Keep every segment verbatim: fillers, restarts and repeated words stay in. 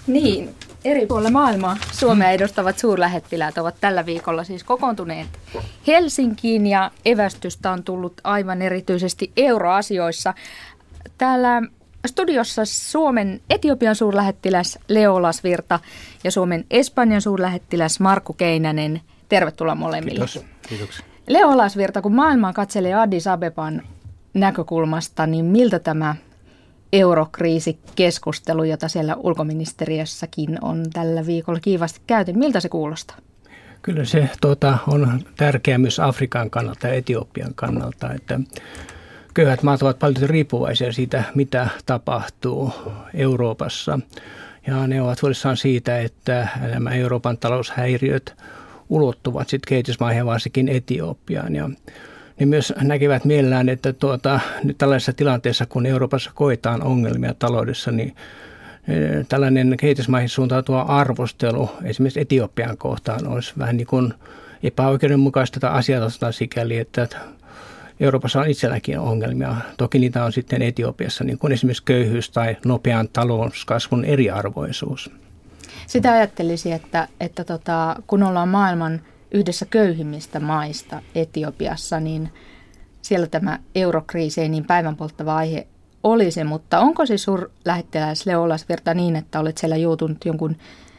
Niin, eri puolilla maailmaa Suomea edustavat suurlähettiläät ovat tällä viikolla siis kokoontuneet Helsinkiin ja evästystä on tullut aivan erityisesti euroasioissa. Täällä studiossa Suomen Etiopian suurlähettiläs Leo Lasvirta ja Suomen Espanjan suurlähettiläs Markku Keinänen. Tervetuloa molemmille. Kiitos. Kiitoksia. Leo Lasvirta, kun maailmaa katselee Addis Abeban näkökulmasta, niin miltä tämä eurokriisikeskustelu, jota siellä ulkoministeriössäkin on tällä viikolla kiivasti käyty, miltä se kuulostaa? Kyllä se tuota, on tärkeää myös Afrikan kannalta ja Etiopian kannalta, että köyhät maat ovat paljon riippuvaisia siitä, mitä tapahtuu Euroopassa. Ja ne ovat huolissaan siitä, että nämä Euroopan taloushäiriöt ulottuvat sitten kehitysmaihin, varsinkin Etiopiaan. Ja ne myös näkevät mielellään, että tuota, nyt tällaisessa tilanteessa, kun Euroopassa koetaan ongelmia taloudessa, niin tällainen kehitysmaihin suuntautuva arvostelu esimerkiksi Etiopian kohtaan olisi vähän niin kuin epäoikeudenmukaista tai asiatonta sikäli, että Euroopassa on itselläkin ongelmia. Toki niitä on sitten Etiopiassa, niin kuin esimerkiksi köyhyys tai nopean talouskasvun eriarvoisuus. Sitä ajattelisi, että, että tota, kun ollaan maailman yhdessä köyhimmistä maista Etiopiassa, niin siellä tämä eurokriisi ei niin päivänpolttava aihe olisi. Mutta onko siis suurlähettiläs Leo Lasvirta niin, että olet siellä joutunut jonkun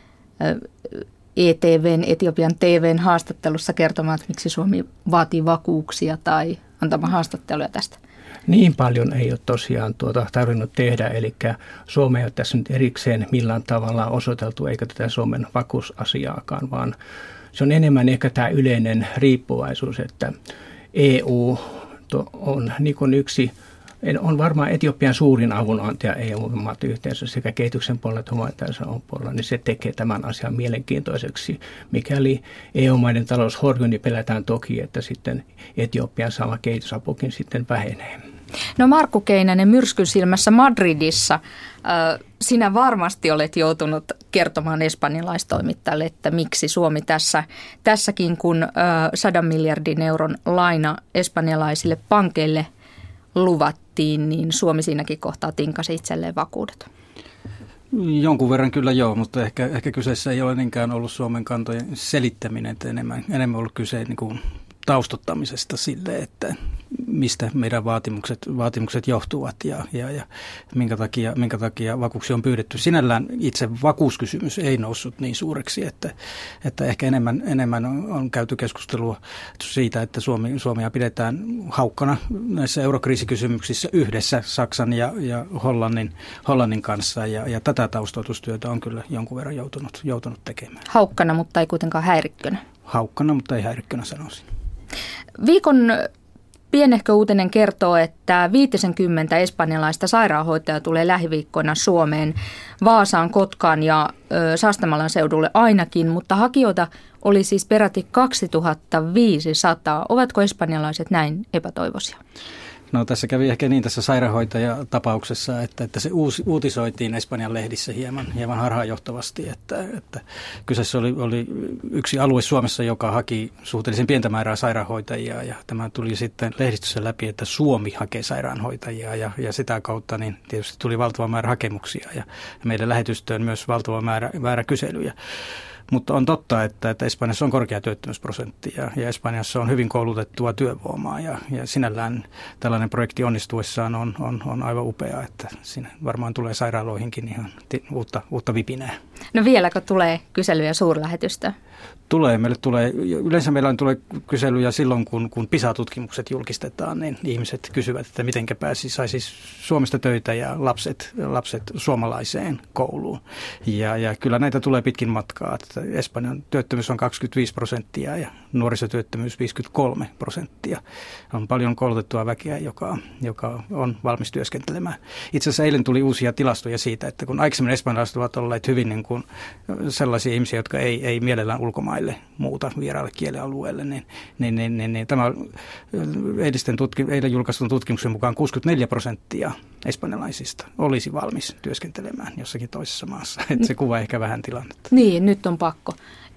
E T V:n, Etiopian T V:n haastattelussa kertomaan, että miksi Suomi vaatii vakuuksia tai antamaan haastatteluja tästä? Niin paljon ei ole tosiaan tuota tarvinnut tehdä, eli Suomi ei ole tässä nyt erikseen millään tavalla osoiteltu, eikä tätä Suomen vakuusasiaakaan, vaan se on enemmän ehkä tämä yleinen riippuvaisuus, että E U on niin kuin yksi, on varmaan Etiopian suurin avunantaja E U-maat yhteensä sekä kehityksen puolella että humanitaarisen avun puolella, niin se tekee tämän asian mielenkiintoiseksi. Mikäli E U-maiden talous horjuu, niin pelätään toki, että sitten Etiopian saama kehitysapukin sitten vähenee. No Markku Keinänen, myrskyn silmässä Madridissa. Sinä varmasti olet joutunut kertomaan espanjalaistoimittajalle, että miksi Suomi tässä, tässäkin kun sadan miljardin euron laina espanjalaisille pankeille luvattiin, niin Suomi siinäkin kohtaa tinkasi itselleen vakuudet. Jonkun verran kyllä joo, mutta ehkä, ehkä kyseessä ei ole niinkään ollut Suomen kantojen selittäminen, että enemmän, enemmän ollut kyse niin kuin taustottamisesta sille, että mistä meidän vaatimukset, vaatimukset johtuvat ja, ja, ja minkä, takia, minkä takia vakuuksia on pyydetty. Sinällään itse vakuuskysymys ei noussut niin suureksi, että, että ehkä enemmän, enemmän on, on käyty keskustelua siitä, että Suomi, Suomea pidetään haukkana näissä eurokriisikysymyksissä yhdessä Saksan ja, ja Hollannin, Hollannin kanssa ja, ja tätä taustoitustyötä on kyllä jonkun verran joutunut, joutunut tekemään. Haukkana, mutta ei kuitenkaan häirikkönä. Haukkana, mutta ei häirikkönä sanoisin. Viikon pienehkö uutinen kertoo, että viisikymmentä espanjalaista sairaanhoitajaa tulee lähiviikkoina Suomeen, Vaasaan, Kotkaan ja ö, Sastamalan seudulle ainakin, mutta hakijoita oli siis peräti kaksituhattaviisisataa. Ovatko espanjalaiset näin epätoivoisia? No tässä kävi ehkä niin tässä sairaanhoitajatapauksessa, että, että se uusi, uutisoitiin Espanjan lehdissä hieman, hieman harhaanjohtavasti, että, että kyseessä oli, oli yksi alue Suomessa, joka haki suhteellisen pientä määrää sairaanhoitajia ja tämä tuli sitten lehdistössä läpi, että Suomi hakee sairaanhoitajia ja, ja sitä kautta niin tietysti tuli valtava määrä hakemuksia ja meidän lähetystöön myös valtava määrä, määrä kyselyjä. Mutta on totta, että, että Espanjassa on korkea työttömyysprosentti ja, ja Espanjassa on hyvin koulutettua työvoimaa ja, ja sinällään tällainen projekti onnistuessaan on, on, on aivan upea, että siinä varmaan tulee sairaaloihinkin ihan uutta, uutta vipinää. No vieläkö tulee kyselyjä suurlähetystöön? Tulee. Meille tulee, yleensä meillä tulee kyselyjä silloin, kun, kun PISA-tutkimukset julkistetaan, niin ihmiset kysyvät, että mitenkä pääsi, saisi Suomesta töitä ja lapset, lapset suomalaiseen kouluun. Ja, ja kyllä näitä tulee pitkin matkaa. Että Espanjan työttömyys on kaksikymmentäviisi prosenttia ja nuorisotyöttömyys viisikymmentäkolme prosenttia. On paljon koulutettua väkeä, joka, joka on valmis työskentelemään. Itse asiassa eilen tuli uusia tilastoja siitä, että kun aikaisemmin espanjalaiset ovat olleet hyvin niin kuin sellaisia ihmisiä, jotka ei, ei mielellään ulkomaille muuta vieraille kielialueelle, niin, niin, niin, niin, niin tämä eilisten tutki, eilen julkaistun tutkimuksen mukaan kuusikymmentäneljä prosenttia espanjalaisista olisi valmis työskentelemään jossakin toisessa maassa. Että se kuvaa ehkä vähän tilannetta. Niin, nyt on pakko.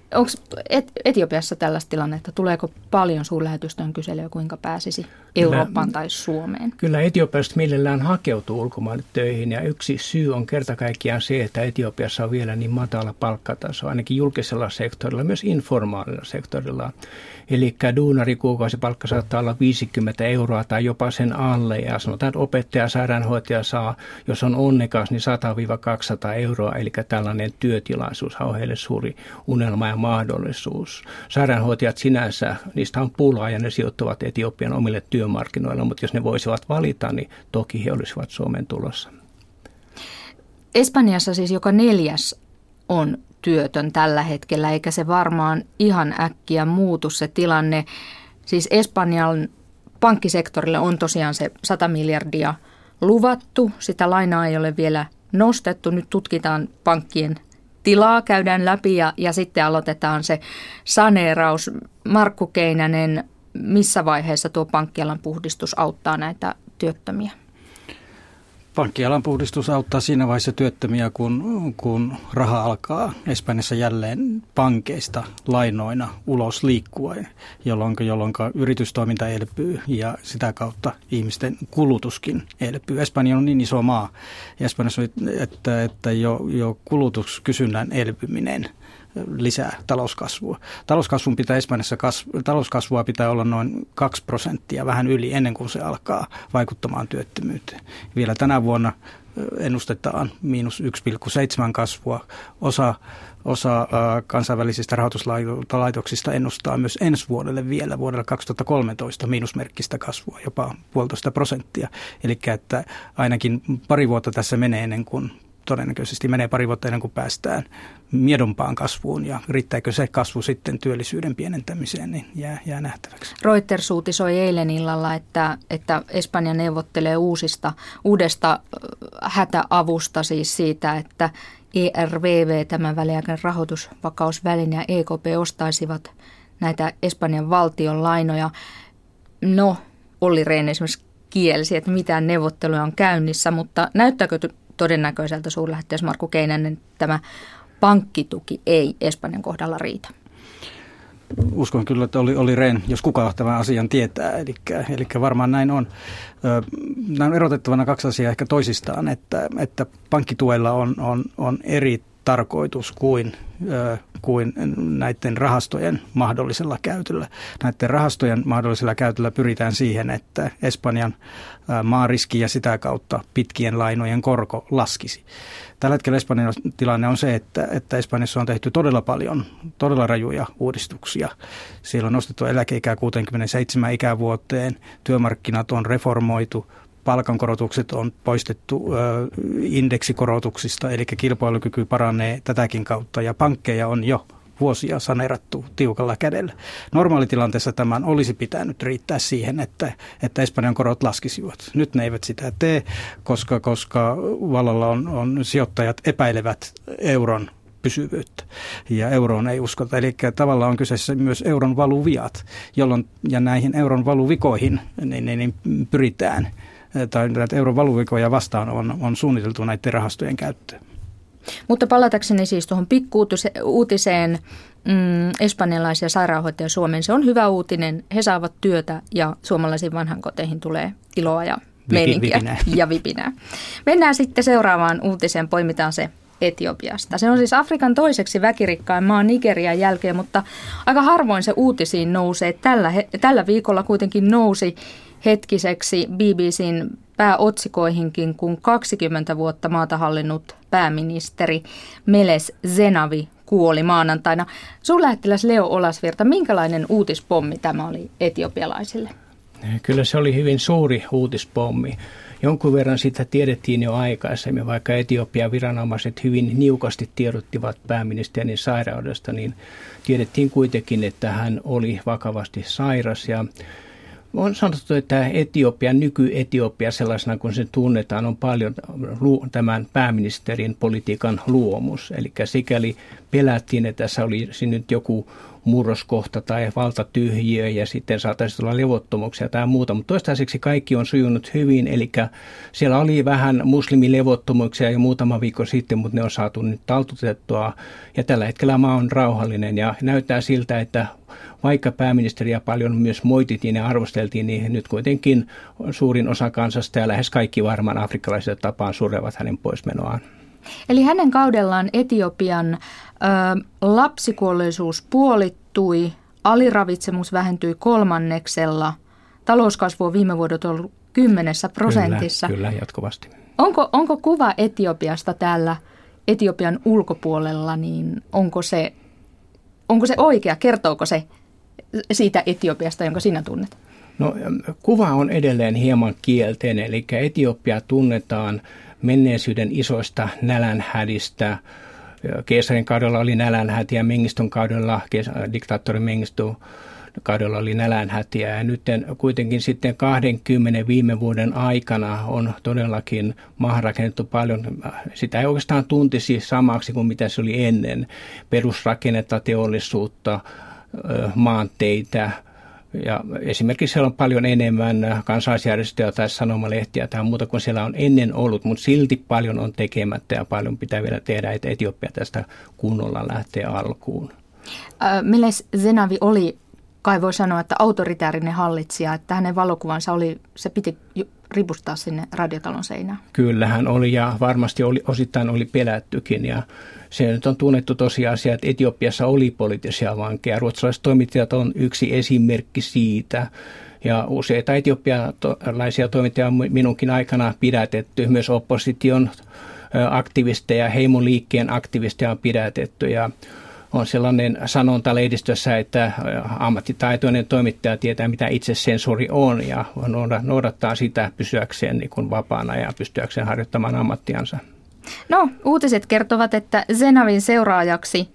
Onko Etiopiassa tällaista tilannetta? Tuleeko paljon suurlähetystön kyselyä, kuinka pääsisi Eurooppaan tai Suomeen? Kyllä Etiopiasta mielellään hakeutuu ulkomaille töihin ja yksi syy on kerta kaikkiaan se, että Etiopiassa on vielä niin matala palkkataso, ainakin julkisella sektorilla, myös informaalilla sektorilla. Eli duunarikuukausipalkka saattaa olla viisikymmentä euroa tai jopa sen alle ja sanotaan, että opettaja, sairaanhoitaja saa, jos on onnekas, niin sata kaksisataa euroa, eli tällainen työtilaisuus on heille suuri unelma ja mahdollisuus. Sairaanhoitajat sinänsä, niistä on pulaa ja ne sijoittuvat Etiopian omille työmarkkinoille, mutta jos ne voisivat valita, niin toki he olisivat Suomeen tulossa. Espanjassa siis joka neljäs on työtön tällä hetkellä, eikä se varmaan ihan äkkiä muutu se tilanne. Siis Espanjan pankkisektorille on tosiaan se sata miljardia luvattu, sitä lainaa ei ole vielä nostettu, nyt tutkitaan pankkien tilaa, käydään läpi ja, ja sitten aloitetaan se saneeraus. Markku Keinänen, missä vaiheessa tuo pankkialan puhdistus auttaa näitä työttömiä? Pankkialan puhdistus auttaa siinä vaiheessa työttömiä, kun, kun raha alkaa Espanjassa jälleen pankeista lainoina ulos liikkua, jolloin, jolloin yritystoiminta elpyy ja sitä kautta ihmisten kulutuskin elpyy. Espanja on niin iso maa, Espanjassa, että, että jo, jo kulutuskysynnän elpyminen lisää talouskasvua. Talouskasvun pitää Espanjassa kasv- talouskasvua pitää olla noin kaksi prosenttia, vähän yli, ennen kuin se alkaa vaikuttamaan työttömyyteen. Vielä tänä vuonna ennustetaan miinus yksi pilkku seitsemän kasvua. Osa, osa äh, kansainvälisistä rahoituslaitoksista ennustaa myös ensi vuodelle vielä, vuodelle kaksituhattakolmetoista miinusmerkkistä kasvua, jopa puolitoista prosenttia. Eli että ainakin pari vuotta tässä menee ennen kuin todennäköisesti menee pari vuotta ennen kuin päästään miedompaan kasvuun ja riittääkö se kasvu sitten työllisyyden pienentämiseen, niin jää, jää nähtäväksi. Reuters uutisoi eilen illalla, että, että Espanja neuvottelee uusista, uudesta hätäavusta, siis siitä, että E R V V, tämän väliaikainen rahoitusvakausväline ja E K P ostaisivat näitä Espanjan valtion lainoja. No, Olli Rehn esimerkiksi kielsi, että mitään neuvotteluja on käynnissä, mutta näyttääkö todennäköiseltä suurlähettiläs Markku Keinänen tämä pankkituki ei Espanjan kohdalla riitä? Uskon kyllä, että oli, oli Rehn, jos kuka tämän asian tietää, eli, eli varmaan näin on. Nämä on erotettavana kaksi asiaa ehkä toisistaan, että, että pankkituella on, on, on eri tarkoitus kuin, kuin näiden rahastojen mahdollisella käytöllä. Näiden rahastojen mahdollisella käytöllä pyritään siihen, että Espanjan maariski ja sitä kautta pitkien lainojen korko laskisi. Tällä hetkellä Espanjan tilanne on se, että, että Espanjassa on tehty todella paljon, todella rajuja uudistuksia. Siellä on nostettu eläkeikää kuuteenkymmeneenseitsemään ikävuoteen, työmarkkinat on reformoitu, palkankorotukset on poistettu ö, indeksikorotuksista, eli kilpailukyky paranee tätäkin kautta ja pankkeja on jo vuosia saneerattu tiukalla kädellä. Normaalitilanteessa tämän olisi pitänyt riittää siihen, että, että Espanjan korot laskisivat. Nyt ne eivät sitä tee, koska, koska vallalla on, on sijoittajat epäilevät euron pysyvyyttä ja euroon ei uskota. Eli tavallaan on kyseessä myös euron valuviat, jolloin ja näihin euron valuvikoihin niin, niin, niin pyritään tai näitä euron valuvikoja vastaan on, on suunniteltu näiden rahastojen käyttöön. Mutta palatakseni siis tuohon pikkuutiseen, mm, espanjalaisia sairaanhoitajia Suomeen, se on hyvä uutinen. He saavat työtä ja suomalaisiin vanhankoteihin tulee iloa ja meininkiä vipinää. ja vipinää. Mennään sitten seuraavaan uutiseen, poimitaan se Etiopiasta. Se on siis Afrikan toiseksi väkirikkain maa Nigerian jälkeen, mutta aika harvoin se uutisiin nousee. Tällä, tällä viikolla kuitenkin nousi hetkiseksi B B C:n pääotsikoihinkin, kun kaksikymmentä vuotta maata hallinnut pääministeri Meles Zenawi kuoli maanantaina. Suurlähettiläs Leo Olasvirta, minkälainen uutispommi tämä oli etiopialaisille? Kyllä se oli hyvin suuri uutispommi. Jonkun verran sitä tiedettiin jo aikaisemmin, vaikka Etiopian viranomaiset hyvin niukasti tiedottivat pääministerin sairaudesta, niin tiedettiin kuitenkin, että hän oli vakavasti sairas ja on sanottu, että Etiopia, nyky-Etiopia sellaisena kuin se tunnetaan, on paljon tämän pääministerin politiikan luomus. Eli sikäli pelättiin, että tässä oli nyt joku murroskohta tai valtatyhjiö ja sitten saataisiin tulla levottomuuksia tai muuta, mutta toistaiseksi kaikki on sujunut hyvin, eli siellä oli vähän muslimilevottomuuksia jo muutama viikko sitten, mutta ne on saatu nyt taltutettua ja tällä hetkellä maa on rauhallinen ja näyttää siltä, että vaikka pääministeriä paljon myös moitittiin ja arvosteltiin, niin nyt kuitenkin suurin osa kansasta ja lähes kaikki varmaan afrikkalaiset tapaan surevat hänen poismenoaan. Eli hänen kaudellaan Etiopian ö, lapsikuolleisuus puolittui, aliravitsemus vähentyi kolmanneksella, talouskasvu on viime vuodet ollut kymmenessä prosentissa. Kyllä, kyllä, jatkuvasti. Onko, onko kuva Etiopiasta täällä Etiopian ulkopuolella, niin onko se, onko se oikea? Kertooko se siitä Etiopiasta, jonka sinä tunnet? No, kuva on edelleen hieman kielteinen, eli Etiopia tunnetaan menneisyyden isoista nälänhädistä. Keisarin kaudella oli nälänhätiä, Mengistön kaudella, diktaattori Mengistön kaudella oli nälänhätiä. Ja nyt kuitenkin sitten kaksikymmentä viime vuoden aikana on todellakin maahan rakennettu paljon. Sitä ei oikeastaan tuntisi samaksi kuin mitä se oli ennen. Perusrakennetta, teollisuutta, maanteitä. Ja esimerkiksi siellä on paljon enemmän kansalaisjärjestöjä tai sanomalehtiä tai muuta kuin siellä on ennen ollut, mutta silti paljon on tekemättä ja paljon pitää vielä tehdä, että Etiopia tästä kunnolla lähtee alkuun. Meles Zenawi oli, kai voi sanoa, että autoritäärinen hallitsija, että hänen valokuvansa oli, se piti ripustaa sinne radiotalon seinään. Kyllä hän oli ja varmasti oli, osittain oli pelättykin ja se nyt on tunnettu tosiasia, että Etiopiassa oli poliittisia vankeja. Ruotsalaiset toimittajat on yksi esimerkki siitä. Ja useita etiopialaisia toimittajia on minunkin aikana pidätetty. Myös opposition aktivisteja, heimoliikkeen aktivisteja on pidätetty. Ja on sellainen sanonta lehdistössä, että ammattitaitoinen toimittaja tietää, mitä itsesensuuri on ja noudattaa sitä pysyäkseen niin kuin vapaana ja pystyäkseen harjoittamaan ammattiansa. No, uutiset kertovat, että Zenawin seuraajaksi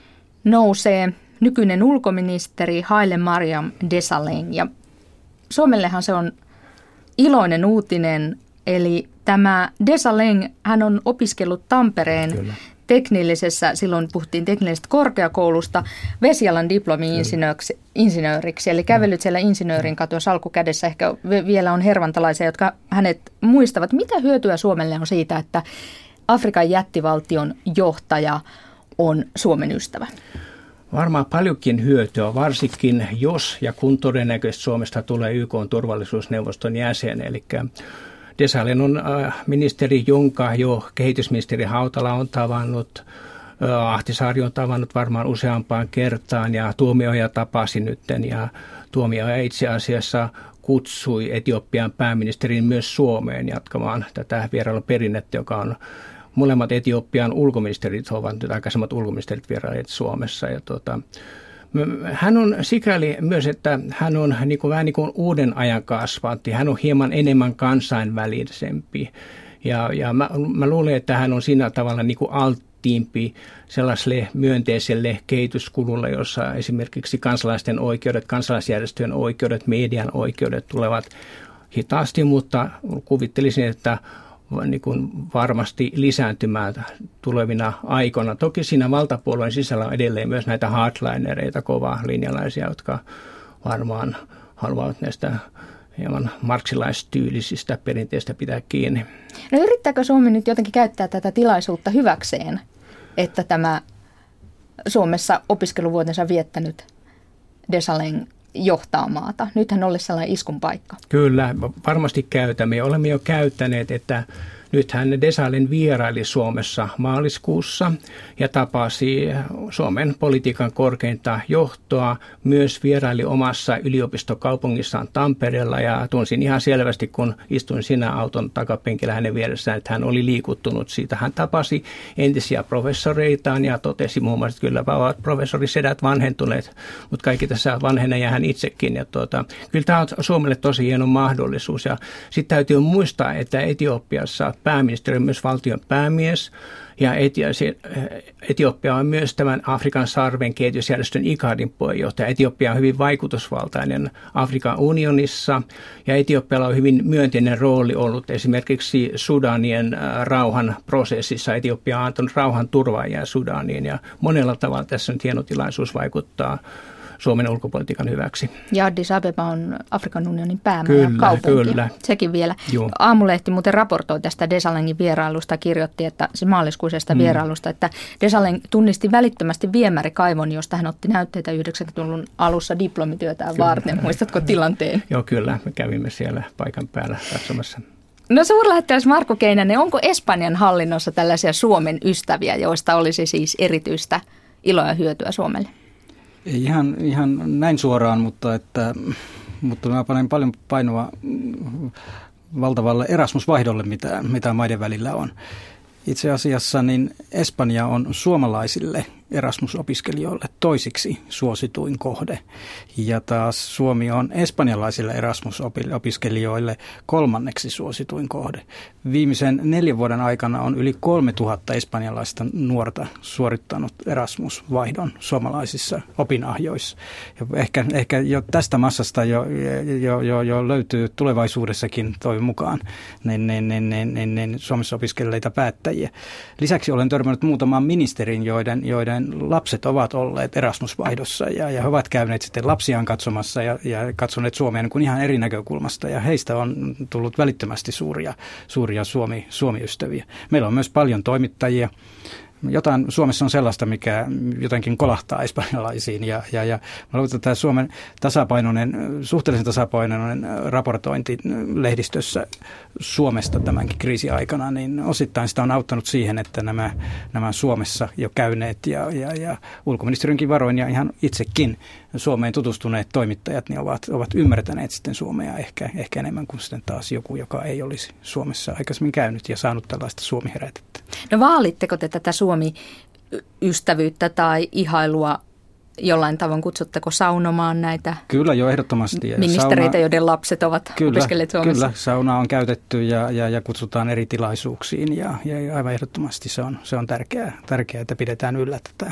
nousee nykyinen ulkoministeri Haile Mariam Desalegn. Ja Suomellehan se on iloinen uutinen, eli tämä Desalegn, hän on opiskellut Tampereen Kyllä. teknillisessä, silloin puhuttiin teknillisestä korkeakoulusta, vesialan diplomi-insinööriksi, eli kävellyt siellä insinöörin katua salkukädessä. Ehkä vielä on hervantalaisia, jotka hänet muistavat. Mitä hyötyä Suomelle on siitä, että Afrikan jättivaltion johtaja on Suomen ystävä? Varmaan paljonkin hyötyä, varsinkin jos ja kun todennäköisesti Suomesta tulee Y K:n turvallisuusneuvoston jäsen. Eli Desalegn on ministeri, jonka jo kehitysministeri Hautala on tavannut. Ahtisaari on tavannut varmaan useampaan kertaan ja Tuomioja tapasi nytten ja Tuomioja itse asiassa kutsui Etiopian pääministerin myös Suomeen jatkamaan tätä vierailun perinnettä, joka on molemmat Etiopian ulkoministerit ovat nyt aikaisemmat ulkoministerit vierailleet Suomessa. Ja tuota, hän on sikäli myös, että hän on niin kuin, vähän niin kuin uuden ajan kasvanti. Hän on hieman enemmän kansainvälisempi. Ja, ja mä, mä luulen, että hän on siinä tavalla niin kuin alttiimpi sellaiselle myönteiselle kehityskululle, jossa esimerkiksi kansalaisten oikeudet, kansalaisjärjestöjen oikeudet, median oikeudet tulevat hitaasti, mutta kuvittelisin, että niin kuin varmasti lisääntymään tulevina aikoina. Toki siinä valtapuolueen sisällä on edelleen myös näitä hardlinereita, kovalinjalaisia, jotka varmaan haluavat näistä hieman marksilaistyyllisistä perinteistä pitää kiinni. No yrittääkö Suomi nyt jotenkin käyttää tätä tilaisuutta hyväkseen, että tämä Suomessa opiskeluvuotensa viettänyt Desalegn johtaa maata? Nythän olisi sellainen iskun paikka. Kyllä, varmasti käytämme. Olemme jo käyttäneet, että nythän Desalegn vieraili Suomessa maaliskuussa ja tapasi Suomen politiikan korkeinta johtoa. Myös vieraili omassa yliopistokaupungissaan Tampereella ja tunsin ihan selvästi, kun istuin siinä auton takapenkillä hänen vieressään, että hän oli liikuttunut siitä. Hän tapasi entisiä professoreitaan ja totesi muun muassa, että kyllä ovat professorisedät vanhentuneet, mutta kaikki tässä vanhenee ja hän itsekin. Ja tuota, kyllä tämä on Suomelle tosi hieno mahdollisuus ja sitten täytyy muistaa, että Etiopiassa pääministeri on myös valtion päämies. Ja Etiopia on myös tämän Afrikan sarven kehitysjärjestön IGADin puheenjohtaja. Etiopia on hyvin vaikutusvaltainen Afrikan unionissa ja Etiopialla on hyvin myönteinen rooli ollut esimerkiksi Sudanien rauhan prosessissa. Etiopia on antanut rauhan turvaajia Sudaniin ja monella tavalla tässä on hieno tilaisuus vaikuttaa Suomen ulkopolitiikan hyväksi. Ja Addis Abeba on Afrikan unionin päämaa ja kaupunki. Kyllä. Sekin vielä. Joo. Aamulehti muuten raportoi tästä Desalegnin vierailusta, kirjoitti, että se maaliskuisesta mm. vierailusta, että Desalegn tunnisti välittömästi viemärikaivon, josta hän otti näytteitä yhdeksänkymmentäluvun alussa diplomityötään varten. Muistatko tilanteen? Joo, kyllä. Me kävimme siellä paikan päällä katsomassa. No suurlähettiläs Markku Keinänen, onko Espanjan hallinnossa tällaisia Suomen ystäviä, joista olisi siis erityistä iloa ja hyötyä Suomelle? Ei ihan, ihan näin suoraan, mutta, että, mutta mä panen paljon painoa valtavalle Erasmus-vaihdolle, mitä, mitä maiden välillä on. Itse asiassa niin Espanja on suomalaisille Erasmus-opiskelijoille toisiksi suosituin kohde. Ja taas Suomi on espanjalaisille Erasmus-opiskelijoille kolmanneksi suosituin kohde. Viimeisen neljän vuoden aikana on yli kolmetuhatta espanjalaista nuorta suorittanut Erasmus-vaihdon suomalaisissa opinahjoissa. Ja ehkä, ehkä jo tästä massasta jo, jo, jo, jo löytyy tulevaisuudessakin toivon mukaan niin, niin, niin, niin, niin, niin Suomessa opiskelijoita päättäjiä. Lisäksi olen törmännyt muutamaan ministerin, joiden, joiden lapset ovat olleet Erasmus-vaihdossa ja, ja he ovat käyneet sitten lapsiaan katsomassa ja, ja katsoneet Suomea niin kuin ihan eri näkökulmasta ja heistä on tullut välittömästi suuria, suuria Suomi, Suomi-ystäviä. Meillä on myös paljon toimittajia. Jotain Suomessa on sellaista, mikä jotenkin kolahtaa espanjalaisiin ja, ja, ja mä luulen, että tämä Suomen tasapainoinen, suhteellisen tasapainoinen raportointi lehdistössä Suomesta tämänkin kriisiaikana, niin osittain sitä on auttanut siihen, että nämä, nämä Suomessa jo käyneet ja, ja, ja ulkoministeriönkin varoin ja ihan itsekin Suomeen tutustuneet toimittajat niin ovat, ovat ymmärtäneet sitten Suomea ehkä, ehkä enemmän kuin sitten taas joku, joka ei olisi Suomessa aikaisemmin käynyt ja saanut tällaista Suomi-herätettä. No vaalitteko te tätä Suomi-ystävyyttä tai ihailua jollain tavoin? Kutsutteko saunomaan näitä Kyllä jo ehdottomasti. ministereitä, sauna, joiden lapset ovat kyllä, opiskelleet Suomessa? Kyllä, sauna on käytetty ja, ja, ja kutsutaan eri tilaisuuksiin ja, ja aivan ehdottomasti se on, se on tärkeää, tärkeää, että pidetään yllä tätä.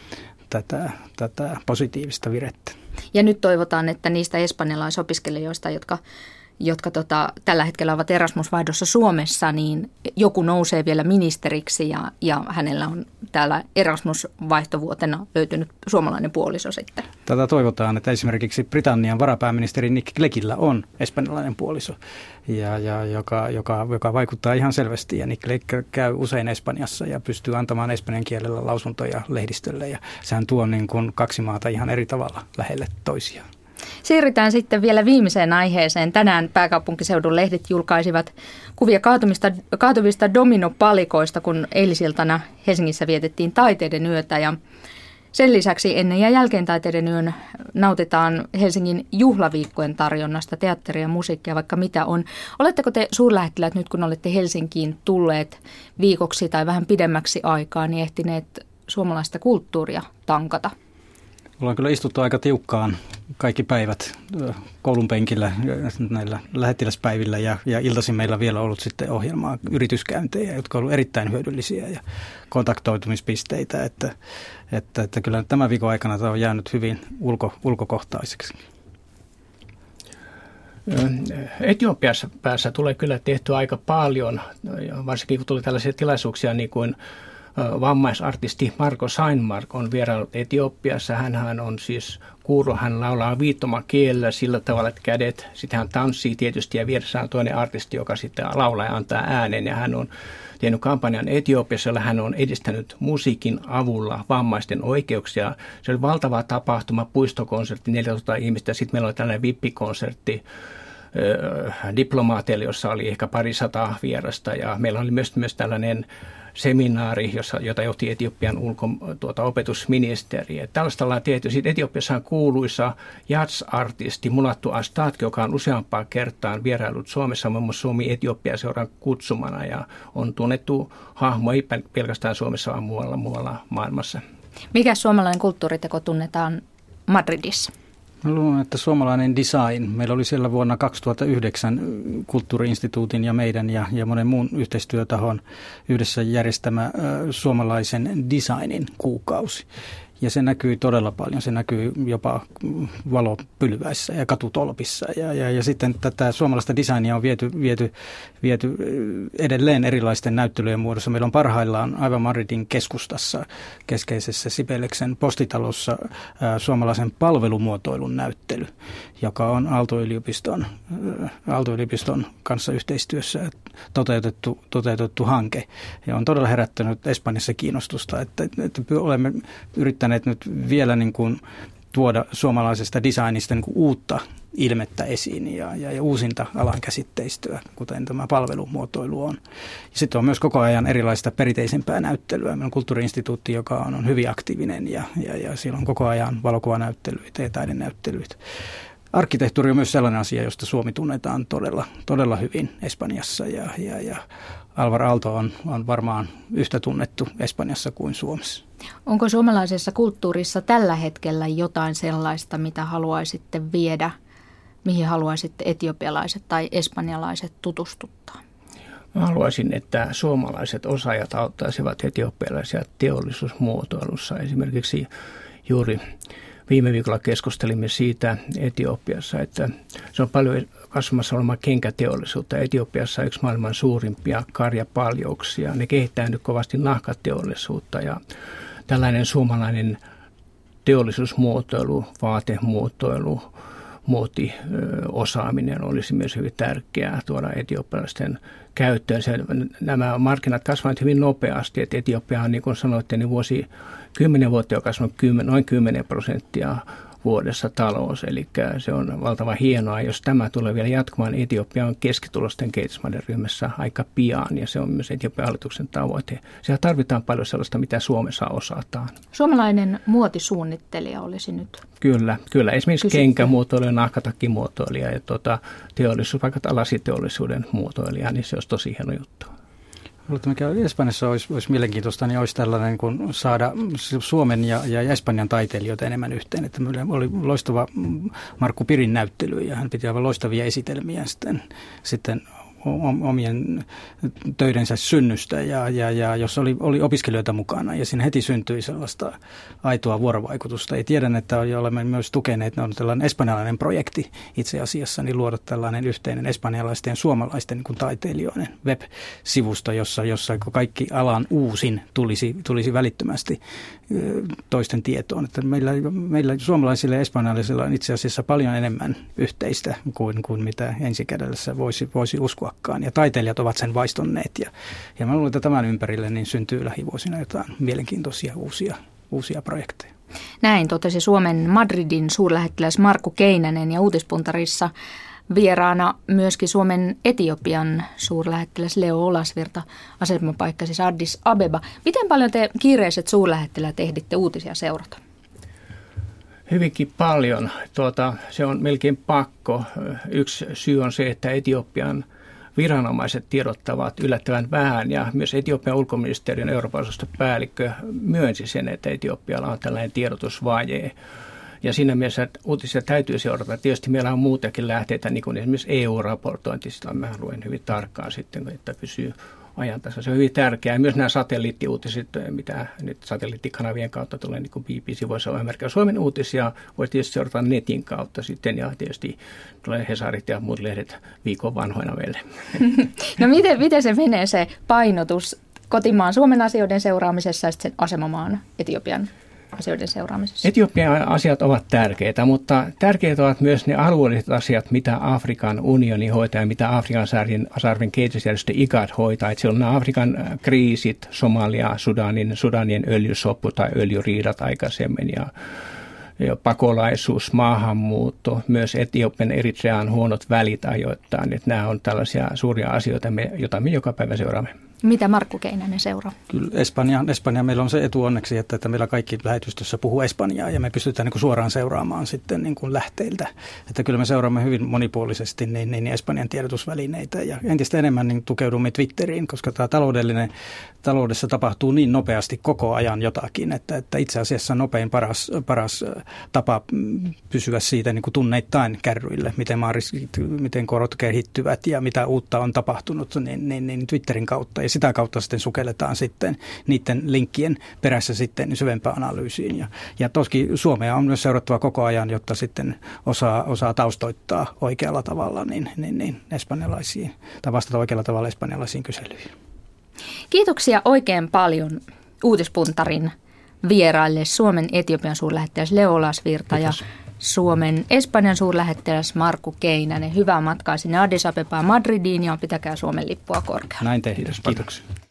Tätä, tätä positiivista virettä. Ja nyt toivotaan, että niistä espanjalaisopiskelijoista, jotka, jotka tota, tällä hetkellä ovat Erasmus-vaihdossa Suomessa, niin joku nousee vielä ministeriksi ja, ja hänellä on täällä Erasmus-vaihtovuotena löytynyt suomalainen puoliso sitten. Tätä toivotaan, että esimerkiksi Britannian varapääministeri Nick Cleggillä on espanjalainen puoliso, ja, ja, joka, joka, joka vaikuttaa ihan selvästi. Ja Nick Clegg käy usein Espanjassa ja pystyy antamaan espanjan kielellä lausuntoja lehdistölle. Ja sehän tuo niin kuin kaksi maata ihan eri tavalla lähelle toisiaan. Siirrytään sitten vielä viimeiseen aiheeseen. Tänään pääkaupunkiseudun lehdet julkaisivat kuvia kaatumista, kaatuvista dominopalikoista, kun eilisiltana Helsingissä vietettiin taiteiden yötä. Ja sen lisäksi ennen ja jälkeen taiteiden yön nautitaan Helsingin juhlaviikkojen tarjonnasta teatteria ja musiikkia, vaikka mitä on. Oletteko te suurlähettiläät nyt, kun olette Helsinkiin tulleet viikoksi tai vähän pidemmäksi aikaa, niin ehtineet suomalaista kulttuuria tankata? Ollaan kyllä istuttu aika tiukkaan kaikki päivät koulun penkillä näillä lähettiläspäivillä ja, ja iltaisin meillä on vielä ollut sitten ohjelmaa yrityskäyntejä, jotka ovat ollut erittäin hyödyllisiä ja kontaktoitumispisteitä, että, että, että kyllä tämän viikon aikana tämä on jäänyt hyvin ulko, ulkokohtaiseksi. Etiopiassa päässä tulee kyllä tehtyä aika paljon, varsinkin kun tuli tällaisia tilaisuuksia niin kuin vammaisartisti Marko Sainmark on vieraillut Etiopiassa. Hänhän on siis kuuro, hän laulaa viittomakielellä sillä tavalla, että kädet, sitten hän tanssii tietysti ja vieressä on toinen artisti, joka sitten laulaa ja antaa äänen. Ja hän on tehnyt kampanjan Etiopiassa, jolla hän on edistänyt musiikin avulla vammaisten oikeuksia. Se oli valtava tapahtuma, puistokonsertti, neljäsataa ihmistä ja sitten meillä oli tällainen vippikonsertti diplomaateille, jossa oli ehkä parisataa vierasta ja meillä oli myös, myös tällainen seminaari, jossa, jota johti Etiopian ulko, tuota, opetusministeri. Tällaista ollaan tehty. Sitten Etiopiassa on kuuluisa jazz-artisti Mulatu Astatke, joka on useampaan kertaan vierailut Suomessa, muun muassa Suomi-Etiopia-seuran kutsumana ja on tunnettu hahmo, ei pelkästään Suomessa, vaan muualla, muualla maailmassa. Mikä suomalainen kulttuuriteko tunnetaan Madridissa? Mä luulen, että suomalainen design, meillä oli siellä vuonna kaksituhattayhdeksän Kulttuuri-instituutin ja meidän ja, ja monen muun yhteistyötahon yhdessä järjestämä ä, suomalaisen designin kuukausi. Ja se näkyy todella paljon. Se näkyy jopa valopylväissä ja katutolpissa. Ja, ja, ja sitten tätä suomalaista designia on viety, viety, viety edelleen erilaisten näyttelyjen muodossa. Meillä on parhaillaan aivan Madridin keskustassa keskeisessä Sibeleksen postitalossa ää, suomalaisen palvelumuotoilun näyttely, joka on Aalto-yliopiston, ää, Aalto-yliopiston kanssa yhteistyössä toteutettu, toteutettu hanke. Ja on todella herättänyt Espanjassa kiinnostusta, että, että olemme yrittäneet nyt vielä niin kuin tuoda suomalaisesta designista niin kuin uutta ilmettä esiin ja, ja, ja uusinta alan käsitteistöä, kuten tämä palvelumuotoilu on. Ja sitten on myös koko ajan erilaista perinteisempää näyttelyä. Meillä on Kulttuuri-instituutti, joka on, on hyvin aktiivinen ja, ja, ja siellä on koko ajan valokuvanäyttelyitä ja taidenäyttelyitä. Arkkitehtuuri on myös sellainen asia, josta Suomi tunnetaan todella, todella hyvin Espanjassa ja, ja, ja Alvar Aalto on, on varmaan yhtä tunnettu Espanjassa kuin Suomessa. Onko suomalaisessa kulttuurissa tällä hetkellä jotain sellaista, mitä haluaisitte viedä, mihin haluaisitte etiopialaiset tai espanjalaiset tutustuttaa? Mä haluaisin, että suomalaiset osaajat auttaisivat etiopialaisia teollisuusmuotoilussa. Esimerkiksi juuri viime viikolla keskustelimme siitä Etiopiassa, että se on paljon kasvamassa olemaan kenkäteollisuutta. Etiopiassa on yksi maailman suurimpia karjapaljouksia. Ne kehittää nyt kovasti nahkateollisuutta ja tällainen suomalainen teollisuusmuotoilu, vaatemuotoilu, muotiosaaminen olisi myös hyvin tärkeää tuoda etiopialaisten käyttöön. Se, nämä markkinat kasvavat hyvin nopeasti. Et Etiopia on, niin kuin sanoitte, niin vuosi kymmenen vuotta on kasvanut kymmen, noin kymmenen prosenttia vuodessa talous. Eli se on valtavan hienoa. Jos tämä tulee vielä jatkumaan, Etiopia on keskitulosten kehitysmaiden ryhmässä aika pian, ja se on myös Etiopian hallituksen tavoite. Siellä tarvitaan paljon sellaista, mitä Suomessa osataan. Suomalainen muotisuunnittelija olisi nyt. Kyllä, kyllä. Esimerkiksi kysytty. Kenkämuotoilija, nahkatakkimuotoilija ja tuota, teollisuus, vaikka alasiteollisuuden muotoilija, niin se olisi tosi hieno juttu. Mutta mikä Espanjassa olisi, olisi mielenkiintoista, niin olisi tällainen, kun saada Suomen ja, ja Espanjan taiteilijoita enemmän yhteen. Että meillä oli loistava Markku Pirin näyttely ja hän piti aivan loistavia esitelmiä sitten, sitten omien töidensä synnystä, ja, ja, ja jossa oli, oli opiskelijoita mukana, ja siinä heti syntyi sellaista aitoa vuorovaikutusta. Ja tiedän, että olemme myös tukeneet, ne on tällainen espanjalainen projekti itse asiassa, niin luoda tällainen yhteinen espanjalaisten ja suomalaisten niin kuin taiteilijoiden web-sivusto, jossa, jossa kaikki alan uusin tulisi, tulisi välittömästi toisten tietoon. Että meillä, meillä suomalaisilla ja espanjalaisilla on itse asiassa paljon enemmän yhteistä kuin, kuin mitä ensikädessä voisi, voisi uskoa. Ja taiteilijat ovat sen vaistonneet. Ja, ja mä luulen, että tämän ympärille niin syntyy lähivuosina jotain mielenkiintoisia uusia, uusia projekteja. Näin totesi Suomen Madridin suurlähettiläs Markku Keinänen, ja Uutispuntarissa vieraana myöskin Suomen Etiopian suurlähettiläs Leo Olasvirta, asemapaikka siis Addis Abeba. Miten paljon te kiireiset suurlähettiläät ehditte uutisia seurata? Hyvinkin paljon. Tuota, se on melkein pakko. Yksi syy on se, että Etiopian viranomaiset tiedottavat yllättävän vähän, ja myös Etiopian ulkoministeriön Euroopan osaston päällikkö myönsi sen, että Etiopialla on tällainen tiedotusvaje. Ja siinä mielessä uutisia täytyy seurata. Tietysti meillä on muutakin lähteitä, niin kuin esimerkiksi E U-raportointi, sitä mä luen hyvin tarkkaan sitten, että pysyy ajantasa. Se on hyvin tärkeää. Myös nämä satelliittiuutiset, mitä nyt satelliittikanavien kautta tulee, niin kuin B B C voisi olla Amerikan Suomen uutisia, voi tietysti seurata netin kautta sitten, ja tietysti tulee Hesarit ja muut lehdet viikon vanhoina meille. No miten, miten se menee se painotus kotimaan Suomen asioiden seuraamisessa ja sitten sen asemamaan Etiopian asioiden seuraamisessa? Etiopian asiat ovat tärkeitä, mutta tärkeitä ovat myös ne alueelliset asiat, mitä Afrikan unioni hoitaa ja mitä Afrikan sarven kehitysjärjestö I G A D hoitaa. Että siellä on nämä Afrikan kriisit, Somalia, Sudanin, Sudanien öljysoppu tai öljyriidat aikaisemmin ja, ja pakolaisuus, maahanmuutto, myös Etiopian Eritrean huonot välit ajoittain. Että nämä on tällaisia suuria asioita, joita me joka päivä seuraamme. Mitä Markku Keinänen seuraa? Kyllä Espanja, Espanja meillä on se etu onneksi, että, että meillä kaikki lähetystössä puhuu espanjaa ja me pystytään niin kuin suoraan seuraamaan sitten niin kuin lähteiltä. Että kyllä me seuraamme hyvin monipuolisesti niin, niin Espanjan tiedotusvälineitä ja entistä enemmän niin tukeudumme Twitteriin, koska tämä taloudellinen, taloudessa tapahtuu niin nopeasti koko ajan jotakin, että, että itse asiassa nopein paras, paras tapa pysyä siitä niin kuin tunneittain kärryille, miten maariskit, miten korot kehittyvät ja mitä uutta on tapahtunut, niin, niin, niin Twitterin kautta. Ja sitä kautta sitten sukelletaan sitten niiden linkkien perässä sitten syvempään analyysiin. Ja, ja toski Suomea on myös seurattava koko ajan, jotta sitten osaa, osaa taustoittaa oikealla tavalla niin, niin, niin espanjalaisiin, tai vastata oikealla tavalla espanjalaisiin kyselyihin. Kiitoksia oikein paljon Uutispuntarin vieraille Suomen Etiopian suurlähettiläs Leo Lasvirta ja Suomen Espanjan suurlähettiläs Markku Keinänen. Hyvää matkaa sinne Addis Abebaan Madridiin ja pitäkää Suomen lippua korkealla. Näin tehdään. Kiitoksia.